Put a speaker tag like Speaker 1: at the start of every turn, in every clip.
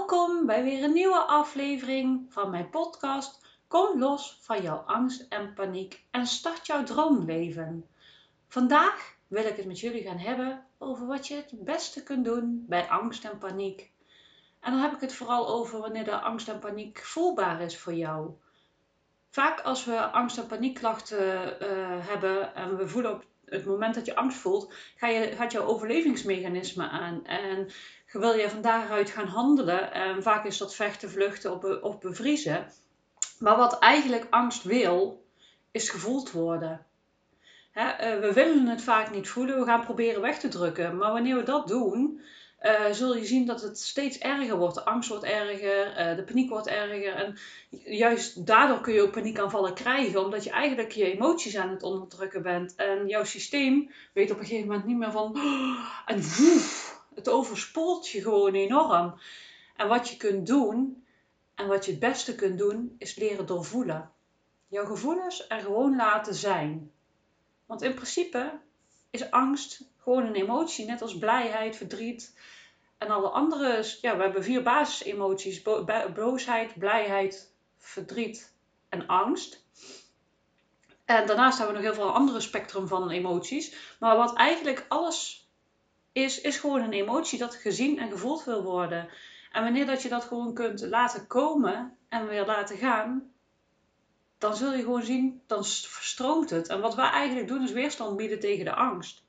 Speaker 1: Welkom bij weer een nieuwe aflevering van mijn podcast. Kom los van jouw angst en paniek en start jouw droomleven. Vandaag wil ik het met jullie gaan hebben over wat je het beste kunt doen bij angst en paniek. En dan heb ik het vooral over wanneer de angst en paniek voelbaar is voor jou. Vaak als we angst- en paniekklachten hebben en we voelen op het moment dat je angst voelt, gaat jouw overlevingsmechanisme aan. En wil je van daaruit gaan handelen. En vaak is dat vechten, vluchten of bevriezen. Maar wat eigenlijk angst wil, is gevoeld worden. We willen het vaak niet voelen, we gaan proberen weg te drukken. Maar wanneer we dat doen, zul je zien dat het steeds erger wordt. De angst wordt erger, de paniek wordt erger. En juist daardoor kun je ook paniekaanvallen krijgen, omdat je eigenlijk je emoties aan het onderdrukken bent. En jouw systeem weet op een gegeven moment niet meer van... En woef, het overspoelt je gewoon enorm. En wat je kunt doen, en wat je het beste kunt doen, is leren doorvoelen. Jouw gevoelens er gewoon laten zijn. Want in principe is angst gewoon een emotie, net als blijheid, verdriet en alle andere. Ja, we hebben 4 basisemoties: boosheid, blijheid, verdriet en angst. En daarnaast hebben we nog heel veel andere spectrum van emoties. Maar wat eigenlijk alles is gewoon een emotie dat gezien en gevoeld wil worden. En wanneer dat je dat gewoon kunt laten komen en weer laten gaan, dan zul je gewoon zien, dan verstroomt het. En wat wij eigenlijk doen is weerstand bieden tegen de angst.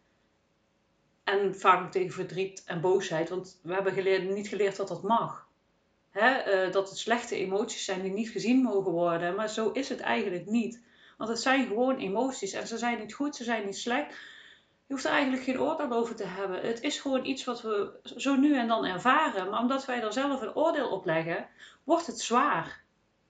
Speaker 1: En vaak ook tegen verdriet en boosheid, want we hebben niet geleerd dat dat mag. Dat het slechte emoties zijn die niet gezien mogen worden. Maar zo is het eigenlijk niet. Want het zijn gewoon emoties en ze zijn niet goed, ze zijn niet slecht. Je hoeft er eigenlijk geen oordeel over te hebben. Het is gewoon iets wat we zo nu en dan ervaren. Maar omdat wij er zelf een oordeel op leggen, wordt het zwaar.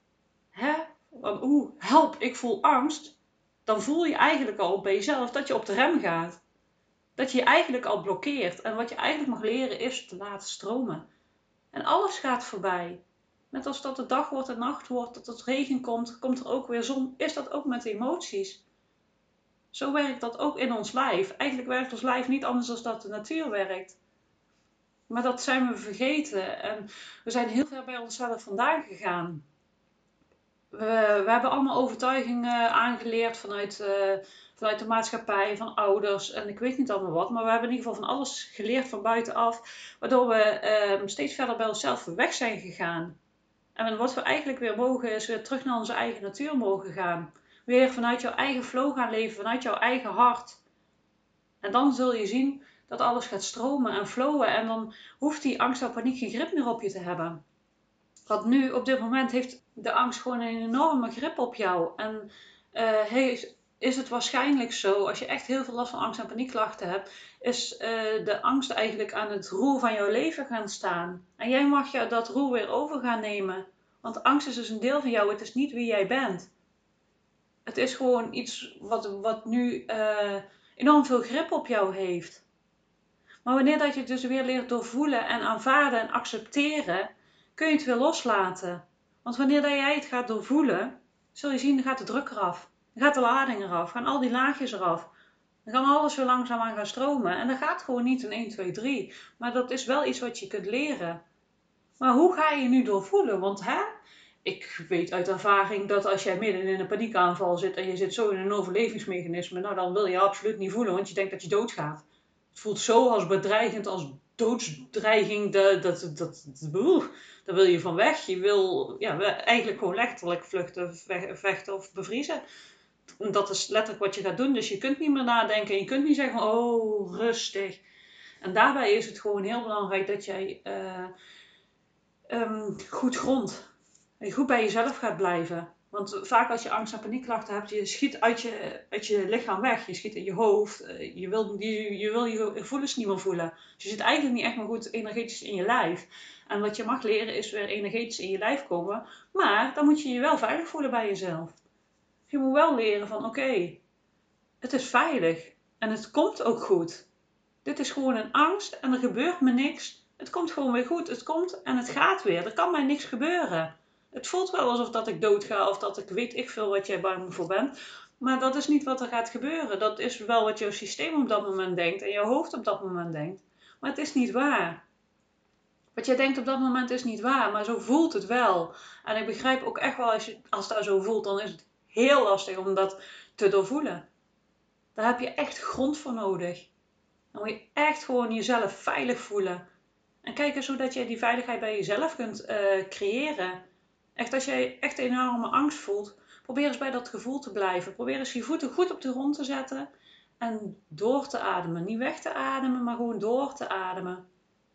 Speaker 1: Want help, ik voel angst. Dan voel je eigenlijk al bij jezelf dat je op de rem gaat. Dat je je eigenlijk al blokkeert. En wat je eigenlijk mag leren is te laten stromen. En alles gaat voorbij. Net als dat het dag wordt en nacht wordt, dat het regen komt, komt er ook weer zon. Is dat ook met emoties? Zo werkt dat ook in ons lijf. Eigenlijk werkt ons lijf niet anders dan dat de natuur werkt. Maar dat zijn we vergeten. En we zijn heel ver bij onszelf vandaan gegaan. We hebben allemaal overtuigingen aangeleerd vanuit de maatschappij, van ouders en ik weet niet allemaal wat. Maar we hebben in ieder geval van alles geleerd van buitenaf. Waardoor we steeds verder bij onszelf weg zijn gegaan. En wat we eigenlijk weer mogen is weer terug naar onze eigen natuur mogen gaan. Weer vanuit jouw eigen flow gaan leven, vanuit jouw eigen hart. En dan zul je zien dat alles gaat stromen en flowen. En dan hoeft die angst en paniek geen grip meer op je te hebben. Want nu, op dit moment, heeft de angst gewoon een enorme grip op jou. En is het waarschijnlijk zo, als je echt heel veel last van angst- en paniekklachten hebt, is de angst eigenlijk aan het roer van jouw leven gaan staan. En jij mag dat roer weer over gaan nemen. Want angst is dus een deel van jou, het is niet wie jij bent. Het is gewoon iets wat nu enorm veel grip op jou heeft. Maar wanneer dat je het dus weer leert doorvoelen en aanvaarden en accepteren, kun je het weer loslaten. Want wanneer dat jij het gaat doorvoelen, zul je zien, dan gaat de druk eraf. Dan gaat de lading eraf, gaan al die laagjes eraf. Dan kan alles weer langzaamaan gaan stromen. En dat gaat gewoon niet in 1, 2, 3. Maar dat is wel iets wat je kunt leren. Maar hoe ga je nu doorvoelen? Want ik weet uit ervaring dat als jij midden in een paniekaanval zit en je zit zo in een overlevingsmechanisme, nou dan wil je absoluut niet voelen, want je denkt dat je doodgaat. Het voelt zo als bedreigend, als doodsdreiging, daar wil je van weg. Je wil eigenlijk gewoon letterlijk vluchten, vechten of bevriezen. Dat is letterlijk wat je gaat doen, dus je kunt niet meer nadenken. Je kunt niet zeggen, oh, rustig. En daarbij is het gewoon heel belangrijk dat jij goed grondt. En goed bij jezelf gaat blijven. Want vaak als je angst en paniekklachten hebt, je schiet uit je lichaam weg. Je schiet in je hoofd. Je wil je gevoelens niet meer voelen. Dus je zit eigenlijk niet echt meer goed energetisch in je lijf. En wat je mag leren is weer energetisch in je lijf komen. Maar dan moet je je wel veilig voelen bij jezelf. Je moet wel leren van oké, het is veilig. En het komt ook goed. Dit is gewoon een angst en er gebeurt me niks. Het komt gewoon weer goed. Het komt en het gaat weer. Er kan mij niks gebeuren. Het voelt wel alsof dat ik doodga of dat ik weet ik veel wat jij bang voor bent. Maar dat is niet wat er gaat gebeuren. Dat is wel wat jouw systeem op dat moment denkt en jouw hoofd op dat moment denkt. Maar het is niet waar. Wat jij denkt op dat moment is niet waar, maar zo voelt het wel. En ik begrijp ook echt wel, als dat zo voelt, dan is het heel lastig om dat te doorvoelen. Daar heb je echt grond voor nodig. Dan moet je echt gewoon jezelf veilig voelen. En kijken zodat je die veiligheid bij jezelf kunt creëren. Echt als jij echt enorme angst voelt, probeer eens bij dat gevoel te blijven. Probeer eens je voeten goed op de grond te zetten en door te ademen. Niet weg te ademen, maar gewoon door te ademen.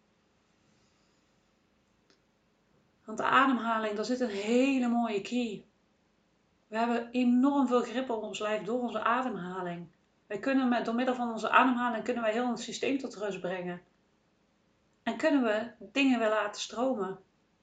Speaker 1: Want de ademhaling, daar zit een hele mooie key. We hebben enorm veel grip op ons lijf door onze ademhaling. Wij kunnen door middel van onze ademhaling kunnen wij heel ons systeem tot rust brengen. En kunnen we dingen weer laten stromen.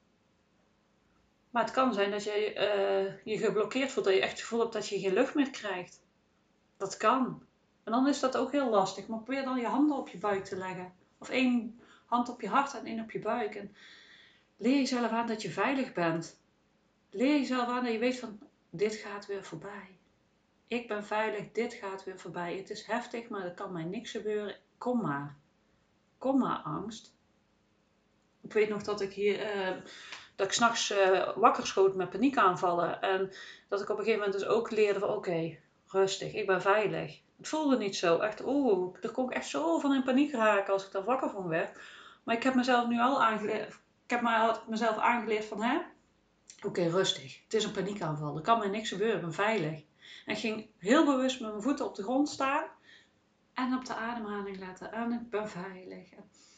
Speaker 1: Maar het kan zijn dat je je geblokkeerd voelt, dat je echt het gevoel hebt dat je geen lucht meer krijgt. Dat kan. En dan is dat ook heel lastig. Maar probeer dan je handen op je buik te leggen. Of één hand op je hart en één op je buik. En leer jezelf aan dat je veilig bent. Leer jezelf aan dat je weet van, dit gaat weer voorbij. Ik ben veilig, dit gaat weer voorbij. Het is heftig, maar er kan mij niks gebeuren. Kom maar. Kom maar, angst. Ik weet nog dat ik hier... dat ik 's nachts wakker schoot met paniekaanvallen. En dat ik op een gegeven moment dus ook leerde van oké, rustig, ik ben veilig. Het voelde niet zo. Echt, daar kon ik echt zo van in paniek raken als ik daar wakker van werd. Maar ik heb mezelf nu al aangeleerd. Ik heb mezelf aangeleerd van oké, rustig. Het is een paniekaanval. Er kan mij niks gebeuren. Ik ben veilig. En ik ging heel bewust met mijn voeten op de grond staan. En op de ademhaling laten. En ik ben veilig.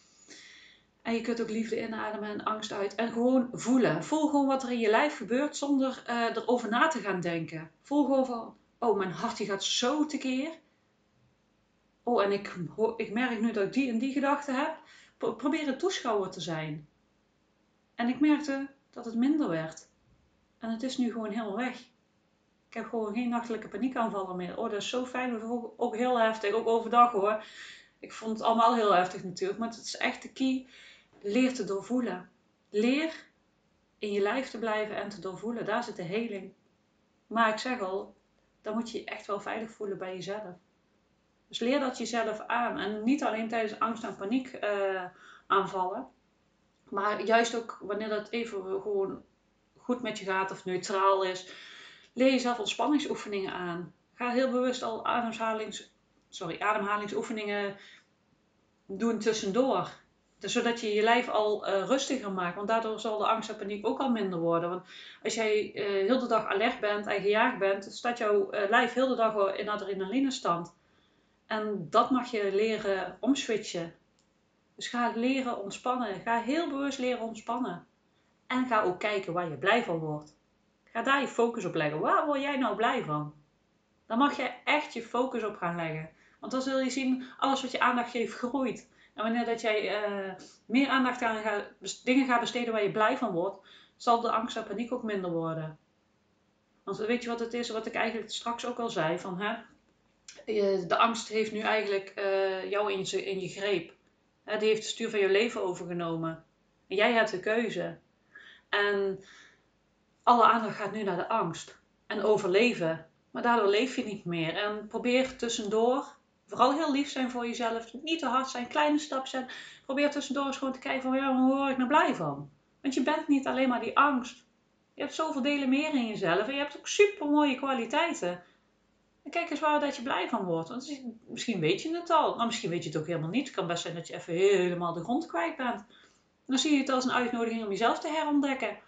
Speaker 1: En je kunt ook liefde inademen en angst uit. En gewoon voelen. Voel gewoon wat er in je lijf gebeurt zonder erover na te gaan denken. Voel gewoon van, oh, mijn hart die gaat zo tekeer. Oh, en ik merk nu dat ik die en die gedachte heb. Probeer een toeschouwer te zijn. En ik merkte dat het minder werd. En het is nu gewoon helemaal weg. Ik heb gewoon geen nachtelijke paniekaanvallen meer. Oh, dat is zo fijn. Dat is ook heel heftig. Ook overdag hoor. Ik vond het allemaal heel heftig natuurlijk. Maar het is echt de key. Leer te doorvoelen. Leer in je lijf te blijven en te doorvoelen. Daar zit de heling. Maar ik zeg al, dan moet je je echt wel veilig voelen bij jezelf. Dus leer dat jezelf aan. En niet alleen tijdens angst- en paniek aanvallen. Maar juist ook wanneer dat even gewoon goed met je gaat of neutraal is. Leer jezelf ontspanningsoefeningen aan. Ga heel bewust al ademhalingsoefeningen doen tussendoor. Dus zodat je je lijf al rustiger maakt. Want daardoor zal de angst en paniek ook al minder worden. Want als jij heel de dag alert bent en gejaagd bent, staat jouw lijf heel de dag in adrenalinestand. En dat mag je leren omswitchen. Dus ga leren ontspannen. Ga heel bewust leren ontspannen. En ga ook kijken waar je blij van wordt. Ga daar je focus op leggen. Waar word jij nou blij van? Dan mag je echt je focus op gaan leggen. Want dan zul je zien, alles wat je aandacht geeft groeit. En wanneer dat jij meer aandacht aan dingen gaat besteden waar je blij van wordt, zal de angst en paniek ook minder worden. Want weet je wat het is, wat ik eigenlijk straks ook al zei, van de angst heeft nu eigenlijk jou in je greep. Die heeft het stuur van je leven overgenomen. En jij hebt de keuze. En alle aandacht gaat nu naar de angst. En overleven. Maar daardoor leef je niet meer. En probeer tussendoor, vooral heel lief zijn voor jezelf. Niet te hard zijn, kleine stapjes zijn. Probeer tussendoor eens gewoon te kijken van, ja, waar word ik nou blij van? Want je bent niet alleen maar die angst. Je hebt zoveel delen meer in jezelf. En je hebt ook super mooie kwaliteiten. En kijk eens waar dat je blij van wordt. Want misschien weet je het al. Maar misschien weet je het ook helemaal niet. Het kan best zijn dat je even helemaal de grond kwijt bent. Dan zie je het als een uitnodiging om jezelf te herontdekken.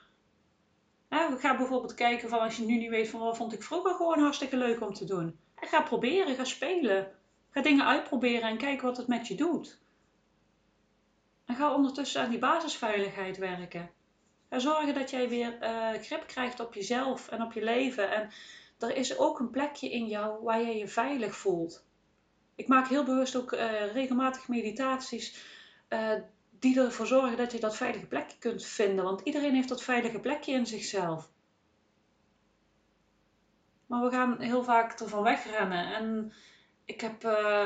Speaker 1: Ga bijvoorbeeld kijken van als je nu niet weet van wat vond ik vroeger gewoon hartstikke leuk om te doen. En ga proberen, ga spelen. Ga dingen uitproberen en kijk wat het met je doet. En ga ondertussen aan die basisveiligheid werken. Ga zorgen dat jij weer grip krijgt op jezelf en op je leven. En er is ook een plekje in jou waar jij je veilig voelt. Ik maak heel bewust ook regelmatig meditaties die ervoor zorgen dat je dat veilige plekje kunt vinden. Want iedereen heeft dat veilige plekje in zichzelf. Maar we gaan heel vaak ervan wegrennen. En ik heb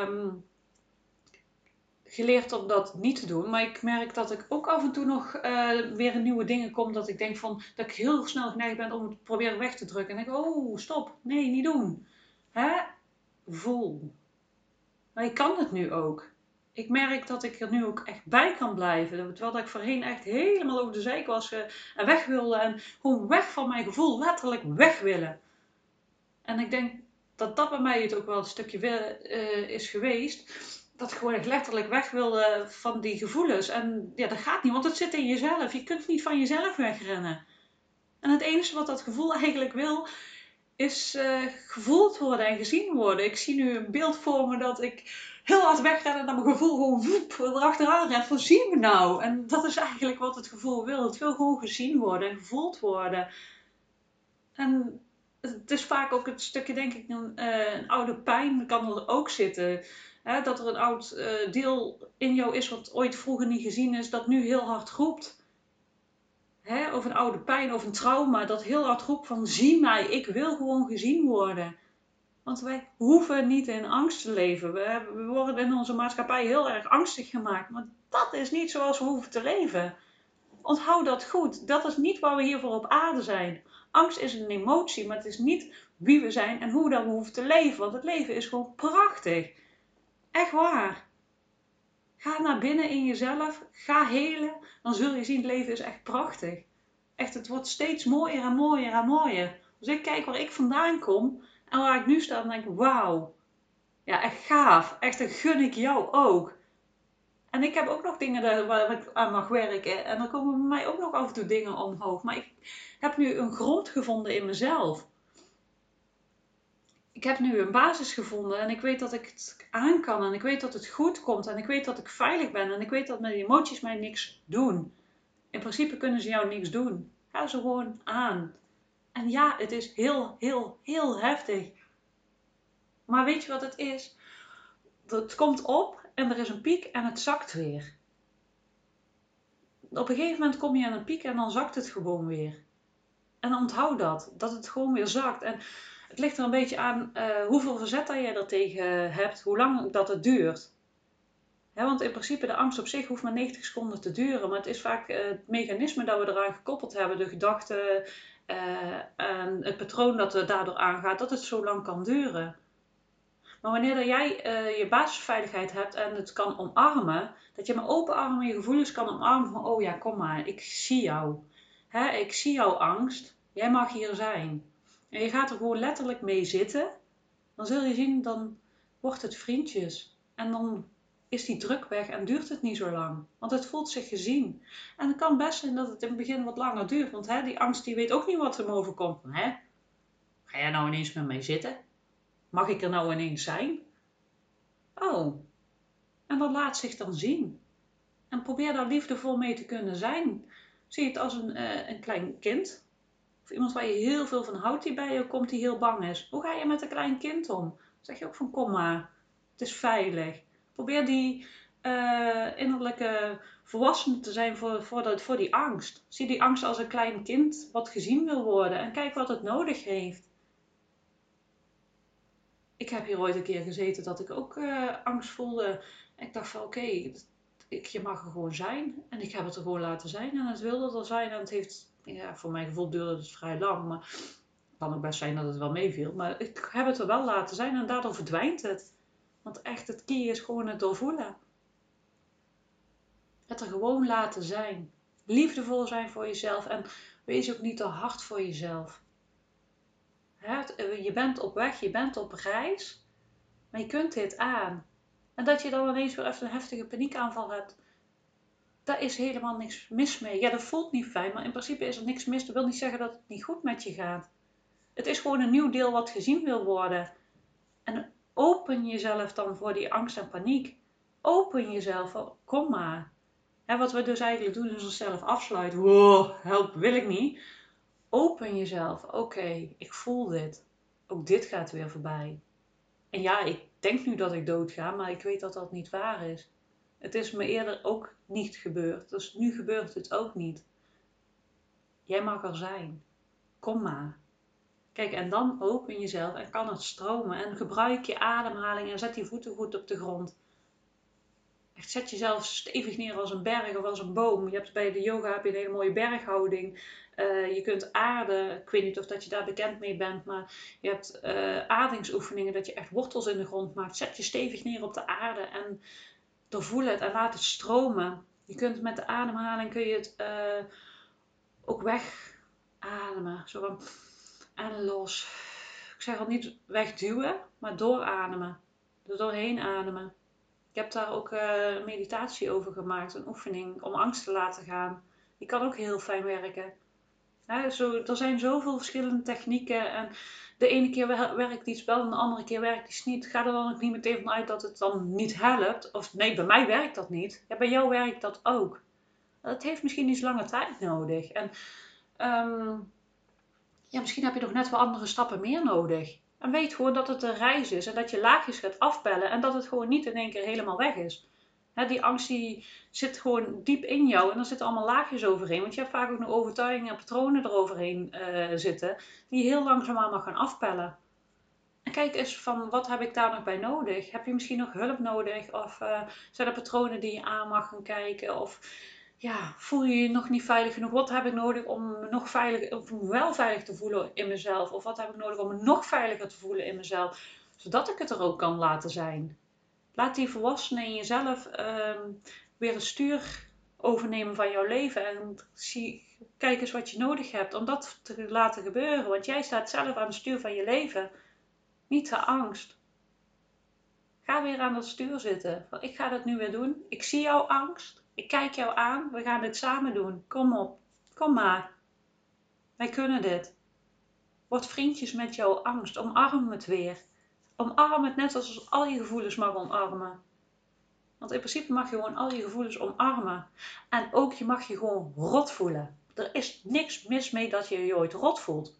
Speaker 1: geleerd om dat niet te doen. Maar ik merk dat ik ook af en toe nog weer in nieuwe dingen kom. Dat ik denk van, dat ik heel snel geneigd ben om het te proberen weg te drukken. En denk, oh, stop. Nee, niet doen. Voel. Maar je kan het nu ook. Ik merk dat ik er nu ook echt bij kan blijven. Terwijl ik voorheen echt helemaal over de zeik was en weg wilde. En gewoon weg van mijn gevoel. Letterlijk weg willen. En ik denk dat dat bij mij het ook wel een stukje is geweest. Dat ik gewoon echt letterlijk weg wilde van die gevoelens. En ja, dat gaat niet, want het zit in jezelf. Je kunt niet van jezelf wegrennen. En het enige wat dat gevoel eigenlijk wil, is gevoeld worden en gezien worden. Ik zie nu een beeld voor me dat ik heel hard wegren en dat mijn gevoel gewoon woep, erachteraan rent van zie me nou. En dat is eigenlijk wat het gevoel wil. Het wil gewoon gezien worden en gevoeld worden. En het is vaak ook het stukje, denk ik, een oude pijn kan er ook zitten. Hè? Dat er een oud deel in jou is wat ooit vroeger niet gezien is, dat nu heel hard roept. Hè? Of een oude pijn of een trauma, dat heel hard roept van zie mij, ik wil gewoon gezien worden. Want wij hoeven niet in angst te leven. We worden in onze maatschappij heel erg angstig gemaakt. Maar dat is niet zoals we hoeven te leven. Onthoud dat goed. Dat is niet waar we hiervoor op aarde zijn. Angst is een emotie, maar het is niet wie we zijn en hoe we dan hoeven te leven. Want het leven is gewoon prachtig. Echt waar. Ga naar binnen in jezelf. Ga helen. Dan zul je zien, het leven is echt prachtig. Echt, het wordt steeds mooier en mooier en mooier. Als ik kijk waar ik vandaan kom en waar ik nu sta, dan denk ik, wauw. Ja, echt gaaf. Echt, dat gun ik jou ook. En ik heb ook nog dingen waar ik aan mag werken. En dan komen bij mij ook nog af en toe dingen omhoog. Maar ik heb nu een grond gevonden in mezelf. Ik heb nu een basis gevonden en ik weet dat ik het aan kan. En ik weet dat het goed komt. En ik weet dat ik veilig ben. En ik weet dat mijn emoties mij niks doen. In principe kunnen ze jou niks doen. Ga ze gewoon aan. En ja, het is heel, heel, heel heftig. Maar weet je wat het is? Het komt op en er is een piek en het zakt weer. Op een gegeven moment kom je aan een piek en dan zakt het gewoon weer. En onthoud dat het gewoon weer zakt. En het ligt er een beetje aan hoeveel verzet dat je er tegen hebt, hoe lang dat het duurt. Want in principe de angst op zich hoeft maar 90 seconden te duren. Maar het is vaak het mechanisme dat we eraan gekoppeld hebben, de gedachte en het patroon dat er daardoor aangaat, dat het zo lang kan duren. Maar wanneer dat jij je basisveiligheid hebt en het kan omarmen, dat je met open armen je gevoelens kan omarmen van, oh ja, kom maar, ik zie jou. Ik zie jouw angst, jij mag hier zijn. En je gaat er gewoon letterlijk mee zitten, dan zul je zien, dan wordt het vriendjes. En dan is die druk weg en duurt het niet zo lang. Want het voelt zich gezien. En het kan best zijn dat het in het begin wat langer duurt, want die angst die weet ook niet wat er overkomt. Ga jij nou ineens met mij zitten? Mag ik er nou ineens zijn? Oh, en dat laat zich dan zien. En probeer daar liefdevol mee te kunnen zijn. Zie het als een klein kind. Of iemand waar je heel veel van houdt die bij je komt die heel bang is. Hoe ga je met een klein kind om? Dan zeg je ook van kom maar, het is veilig. Probeer die innerlijke volwassene te zijn voor die angst. Zie die angst als een klein kind wat gezien wil worden. En kijk wat het nodig heeft. Ik heb hier ooit een keer gezeten dat ik ook angst voelde. En ik dacht van oké, je mag er gewoon zijn. En ik heb het er gewoon laten zijn. En het wilde er zijn. En het heeft, ja, voor mijn gevoel duurde het vrij lang. Maar het kan ook best zijn dat het wel meeviel. Maar ik heb het er wel laten zijn. En daardoor verdwijnt het. Want echt, het key is gewoon het doorvoelen. Het er gewoon laten zijn. Liefdevol zijn voor jezelf. En wees ook niet te hard voor jezelf. Je bent op weg, je bent op reis. Maar je kunt dit aan. En dat je dan ineens weer even een heftige paniekaanval hebt. Daar is helemaal niks mis mee. Ja, dat voelt niet fijn, maar in principe is er niks mis. Dat wil niet zeggen dat het niet goed met je gaat. Het is gewoon een nieuw deel wat gezien wil worden. En open jezelf dan voor die angst en paniek. Open jezelf, kom maar. En wat we dus eigenlijk doen is onszelf afsluiten. Wow, help, wil ik niet. Open jezelf. Oké, ik voel dit. Ook dit gaat weer voorbij. En ja, ik denk nu dat ik doodga, maar ik weet dat dat niet waar is. Het is me eerder ook niet gebeurd, dus nu gebeurt het ook niet. Jij mag er zijn. Kom maar. Kijk, en dan open jezelf en kan het stromen. En gebruik je ademhaling en zet die voeten goed op de grond. Echt, zet jezelf stevig neer als een berg of als een boom. Je hebt bij de yoga heb je een hele mooie berghouding. Je kunt aarden. Ik weet niet of dat je daar bekend mee bent, maar je hebt aardingsoefeningen dat je echt wortels in de grond maakt. Zet je stevig neer op de aarde en doorvoel het en laat het stromen. Je kunt met de ademhaling kun je het ook wegademen. Zo van en los. Ik zeg al niet wegduwen, maar doorademen. Er doorheen ademen. Ik heb daar ook een meditatie over gemaakt. Een oefening om angst te laten gaan. Die kan ook heel fijn werken. Er zijn zoveel verschillende technieken. En de ene keer werkt iets wel en de andere keer werkt iets niet. Ga er dan ook niet meteen van uit dat het dan niet helpt. Of nee, bij mij werkt dat niet. Ja, bij jou werkt dat ook. Dat heeft misschien iets langer tijd nodig. En misschien heb je nog net wel andere stappen meer nodig. En weet gewoon dat het een reis is. En dat je laagjes gaat afpellen. En dat het gewoon niet in één keer helemaal weg is. Die angst die zit gewoon diep in jou. En er zitten allemaal laagjes overheen. Want je hebt vaak ook nog overtuigingen en patronen eroverheen zitten. Die je heel langzaamaan mag gaan afpellen. En kijk eens van, wat heb ik daar nog bij nodig? Heb je misschien nog hulp nodig? Of zijn er patronen die je aan mag gaan kijken? Of voel je je nog niet veilig genoeg? Wat heb ik nodig om me nog veilig, of me wel veilig te voelen in mezelf? Of wat heb ik nodig om me nog veiliger te voelen in mezelf? Zodat ik het er ook kan laten zijn. Laat die volwassene in jezelf weer het stuur overnemen van jouw leven. En kijk eens wat je nodig hebt om dat te laten gebeuren. Want jij staat zelf aan het stuur van je leven. Niet de angst. Ga weer aan dat stuur zitten. Ik ga dat nu weer doen. Ik zie jouw angst. Ik kijk jou aan. We gaan dit samen doen. Kom op. Kom maar. Wij kunnen dit. Word vriendjes met jouw angst. Omarm het weer. Omarm het net zoals al je gevoelens mag omarmen. Want in principe mag je gewoon al je gevoelens omarmen. En ook je mag je gewoon rot voelen. Er is niks mis mee dat je je ooit rot voelt.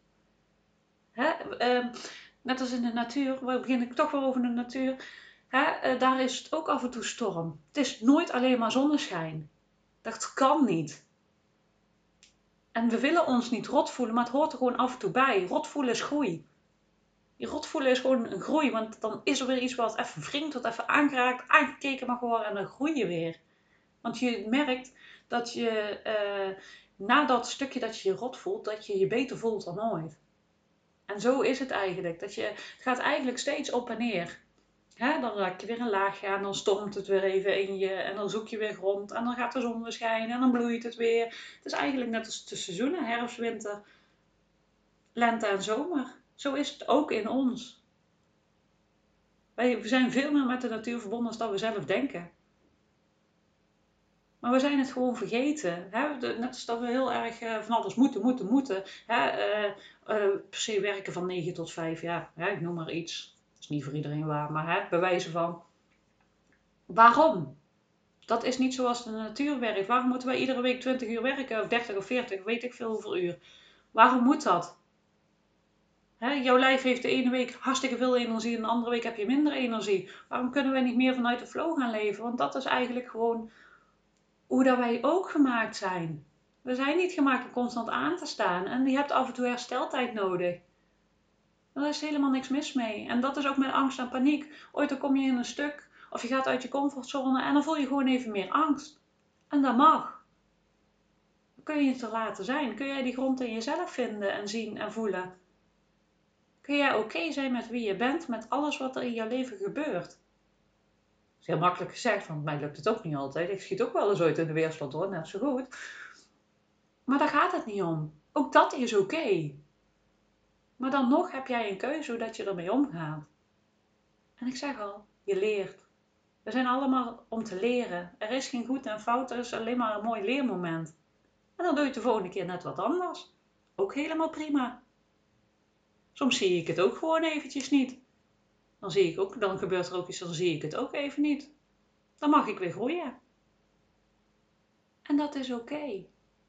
Speaker 1: Net als in de natuur. We beginnen toch wel over de natuur. Daar is het ook af en toe storm. Het is nooit alleen maar zonneschijn. Dat kan niet. En we willen ons niet rot voelen, maar het hoort er gewoon af en toe bij. Rot voelen is groei. Je rot voelen is gewoon een groei, want dan is er weer iets wat even wringt, wat even aangeraakt, aangekeken mag worden en dan groei je weer. Want je merkt dat je na dat stukje dat je je rot voelt, dat je je beter voelt dan ooit. En zo is het eigenlijk. Het gaat eigenlijk steeds op en neer. Dan raak je weer een laagje aan, dan stormt het weer even in je en dan zoek je weer grond en dan gaat de zon weer schijnen en dan bloeit het weer. Het is eigenlijk net als de seizoenen, herfst, winter, lente en zomer. Zo is het ook in ons. We zijn veel meer met de natuur verbonden dan dat we zelf denken. Maar we zijn het gewoon vergeten. Net als dat we heel erg van alles moeten. Per se werken van 9 tot 5, ik noem maar iets. Dat is niet voor iedereen waar, maar bij wijze van. Waarom? Dat is niet zoals de natuur werkt. Waarom moeten wij iedere week 20 uur werken? Of 30 of 40, weet ik veel hoeveel uur. Waarom moet dat? Jouw lijf heeft de ene week hartstikke veel energie en de andere week heb je minder energie. Waarom kunnen wij niet meer vanuit de flow gaan leven? Want dat is eigenlijk gewoon hoe dat wij ook gemaakt zijn. We zijn niet gemaakt om constant aan te staan. En je hebt af en toe hersteltijd nodig. Daar is helemaal niks mis mee. En dat is ook met angst en paniek. Ooit dan kom je in een stuk of je gaat uit je comfortzone en dan voel je gewoon even meer angst. En dat mag. Dan kun je het er laten zijn. Kun jij die grond in jezelf vinden en zien en voelen. Kun jij oké zijn met wie je bent, met alles wat er in jouw leven gebeurt. Dat is heel makkelijk gezegd, want mij lukt het ook niet altijd. Ik schiet ook wel eens ooit in de weerstand hoor, net zo goed. Maar daar gaat het niet om. Ook dat is oké. Maar dan nog heb jij een keuze hoe dat je ermee omgaat. En ik zeg al, je leert. We zijn allemaal om te leren. Er is geen goed en fout, er is alleen maar een mooi leermoment. En dan doe je het de volgende keer net wat anders. Ook helemaal prima. Soms zie ik het ook gewoon eventjes niet. Dan gebeurt er ook iets, dan zie ik het ook even niet. Dan mag ik weer groeien. En dat is oké.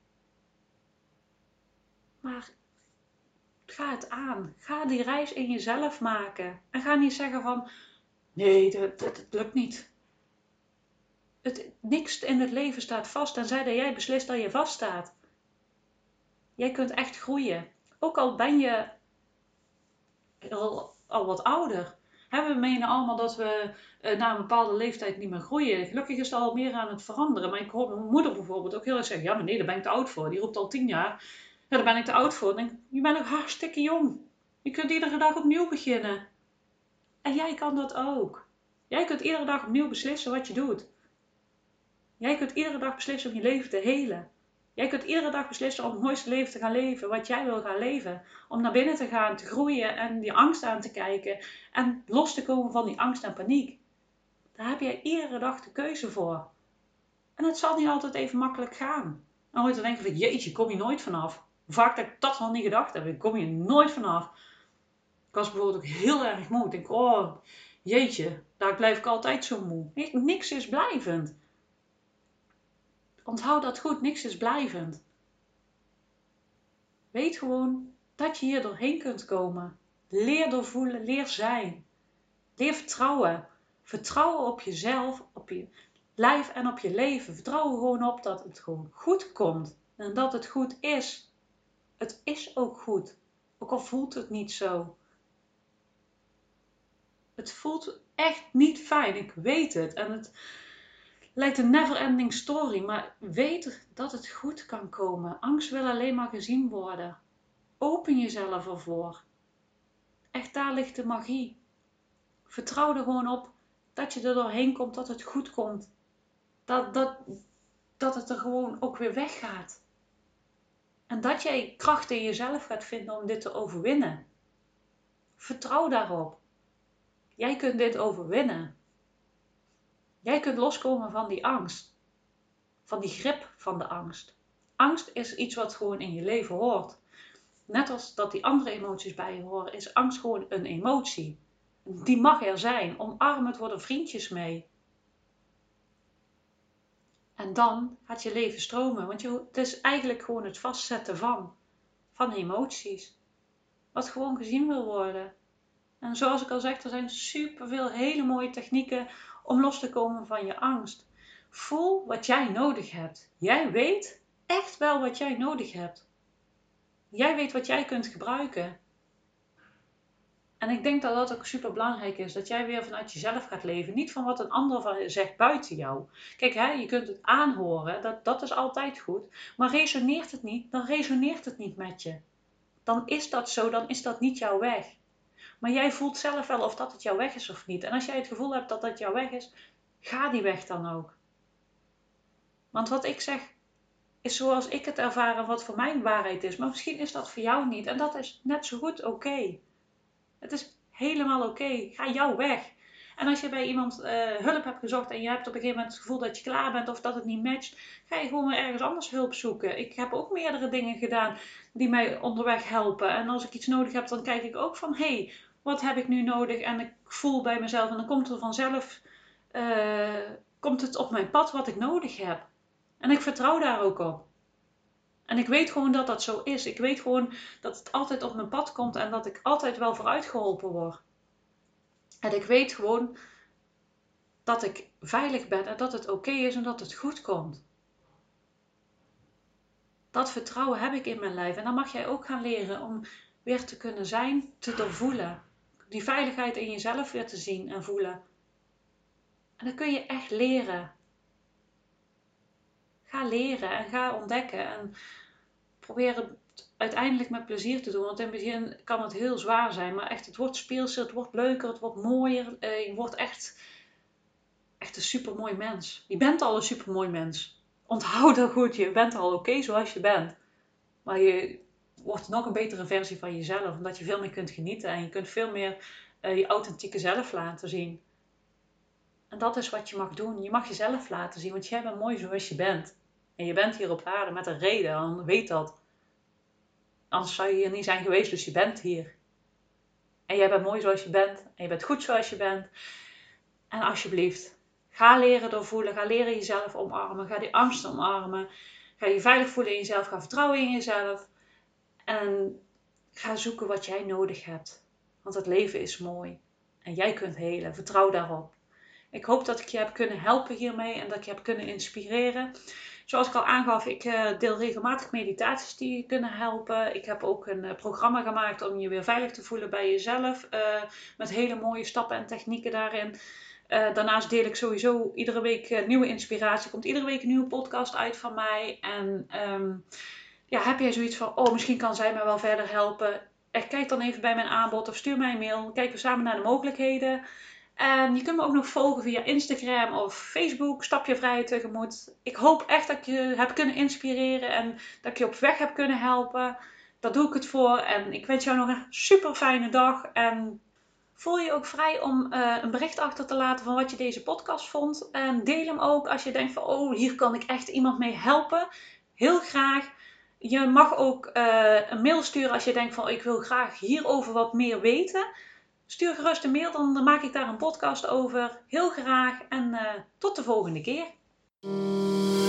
Speaker 1: Maar ga het aan. Ga die reis in jezelf maken. En ga niet zeggen van, nee, dat lukt niet. Niks in het leven staat vast, tenzij dat jij beslist dat je vaststaat. Jij kunt echt groeien. Ook al ben je al wat ouder. We menen allemaal dat we na een bepaalde leeftijd niet meer groeien. Gelukkig is het al meer aan het veranderen. Maar ik hoor mijn moeder bijvoorbeeld ook heel erg zeggen, ja maar nee, daar ben ik te oud voor. Die roept al 10 jaar. Ja, daar ben ik te oud voor. Dan denk ik, je bent nog hartstikke jong. Je kunt iedere dag opnieuw beginnen. En jij kan dat ook. Jij kunt iedere dag opnieuw beslissen wat je doet. Jij kunt iedere dag beslissen om je leven te helen. Jij kunt iedere dag beslissen om het mooiste leven te gaan leven, wat jij wil gaan leven. Om naar binnen te gaan, te groeien en die angst aan te kijken. En los te komen van die angst en paniek. Daar heb jij iedere dag de keuze voor. En het zal niet altijd even makkelijk gaan. Dan moet je denken van, jeetje, kom je nooit vanaf. Hoe vaak dat ik dat nog niet gedacht heb, ik kom je nooit vanaf. Ik was bijvoorbeeld ook heel erg moe. Ik denk, oh, jeetje, daar blijf ik altijd zo moe. Niks is blijvend. Onthoud dat goed, niks is blijvend. Weet gewoon dat je hier doorheen kunt komen. Leer doorvoelen, leer zijn. Leer vertrouwen. Vertrouwen op jezelf, op je lijf en op je leven. Vertrouw gewoon op dat het gewoon goed komt. En dat het goed is. Het is ook goed. Ook al voelt het niet zo. Het voelt echt niet fijn. Ik weet het. En het lijkt een never ending story. Maar weet dat het goed kan komen. Angst wil alleen maar gezien worden. Open jezelf ervoor. Echt, daar ligt de magie. Vertrouw er gewoon op dat je er doorheen komt, dat het goed komt. Dat het er gewoon ook weer weggaat. En dat jij kracht in jezelf gaat vinden om dit te overwinnen. Vertrouw daarop. Jij kunt dit overwinnen. Jij kunt loskomen van die angst. Van die grip van de angst. Angst is iets wat gewoon in je leven hoort. Net als dat die andere emoties bij je horen, is angst gewoon een emotie. Die mag er zijn. Omarm het, word er vriendjes mee. En dan gaat je leven stromen. Want het is eigenlijk gewoon het vastzetten van emoties. Wat gewoon gezien wil worden. En zoals ik al zeg, er zijn superveel hele mooie technieken om los te komen van je angst. Voel wat jij nodig hebt. Jij weet echt wel wat jij nodig hebt. Jij weet wat jij kunt gebruiken. En ik denk dat dat ook super belangrijk is. Dat jij weer vanuit jezelf gaat leven. Niet van wat een ander van zegt buiten jou. Kijk, je kunt het aanhoren. Dat is altijd goed. Maar resoneert het niet, dan resoneert het niet met je. Dan is dat zo, dan is dat niet jouw weg. Maar jij voelt zelf wel of dat het jouw weg is of niet. En als jij het gevoel hebt dat dat jouw weg is, ga die weg dan ook. Want wat ik zeg, is zoals ik het ervaar en wat voor mij waarheid is. Maar misschien is dat voor jou niet. En dat is net zo goed oké. Het is helemaal oké. Ga jouw weg. En als je bij iemand hulp hebt gezocht en je hebt op een gegeven moment het gevoel dat je klaar bent of dat het niet matcht, ga je gewoon weer ergens anders hulp zoeken. Ik heb ook meerdere dingen gedaan die mij onderweg helpen. En als ik iets nodig heb, dan kijk ik ook van, hé, wat heb ik nu nodig? En ik voel bij mezelf en dan komt er vanzelf, komt het op mijn pad wat ik nodig heb. En ik vertrouw daar ook op. En ik weet gewoon dat dat zo is. Ik weet gewoon dat het altijd op mijn pad komt en dat ik altijd wel vooruit geholpen word. En ik weet gewoon dat ik veilig ben en dat het oké is en dat het goed komt. Dat vertrouwen heb ik in mijn lijf. En dan mag jij ook gaan leren om weer te kunnen zijn, te doorvoelen. Die veiligheid in jezelf weer te zien en voelen. En dat kun je echt leren. Ga leren en ga ontdekken. En probeer het uiteindelijk met plezier te doen. Want in het begin kan het heel zwaar zijn. Maar echt, het wordt speelser, het wordt leuker, het wordt mooier. Je wordt echt een supermooi mens. Je bent al een supermooi mens. Onthoud dat goed, je bent al oké zoals je bent. Maar je wordt nog een betere versie van jezelf. Omdat je veel meer kunt genieten. En je kunt veel meer je authentieke zelf laten zien. En dat is wat je mag doen. Je mag jezelf laten zien. Want jij bent mooi zoals je bent. En je bent hier op aarde met een reden. Dan weet dat. Anders zou je hier niet zijn geweest. Dus je bent hier. En jij bent mooi zoals je bent. En je bent goed zoals je bent. En alsjeblieft, ga leren doorvoelen. Ga leren jezelf omarmen. Ga die angst omarmen. Ga je veilig voelen in jezelf. Ga vertrouwen in jezelf. En ga zoeken wat jij nodig hebt. Want het leven is mooi. En jij kunt helen. Vertrouw daarop. Ik hoop dat ik je heb kunnen helpen hiermee. En dat ik je heb kunnen inspireren. Zoals ik al aangaf, ik deel regelmatig meditaties die je kunnen helpen. Ik heb ook een programma gemaakt om je weer veilig te voelen bij jezelf. Met hele mooie stappen en technieken daarin. Daarnaast deel ik sowieso iedere week nieuwe inspiratie. Er komt iedere week een nieuwe podcast uit van mij. En heb jij zoiets van, oh, misschien kan zij mij wel verder helpen. Kijk dan even bij mijn aanbod of stuur mij een mail. Kijken we samen naar de mogelijkheden. En je kunt me ook nog volgen via Instagram of Facebook, Stapje Vrij Tegemoet. Ik hoop echt dat ik je heb kunnen inspireren en dat ik je op weg heb kunnen helpen. Daar doe ik het voor. En ik wens jou nog een super fijne dag. En voel je ook vrij om een bericht achter te laten van wat je deze podcast vond. En deel hem ook als je denkt van, oh, hier kan ik echt iemand mee helpen. Heel graag. Je mag ook een mail sturen als je denkt van, ik wil graag hierover wat meer weten. Stuur gerust een mail, dan maak ik daar een podcast over. Heel graag en tot de volgende keer.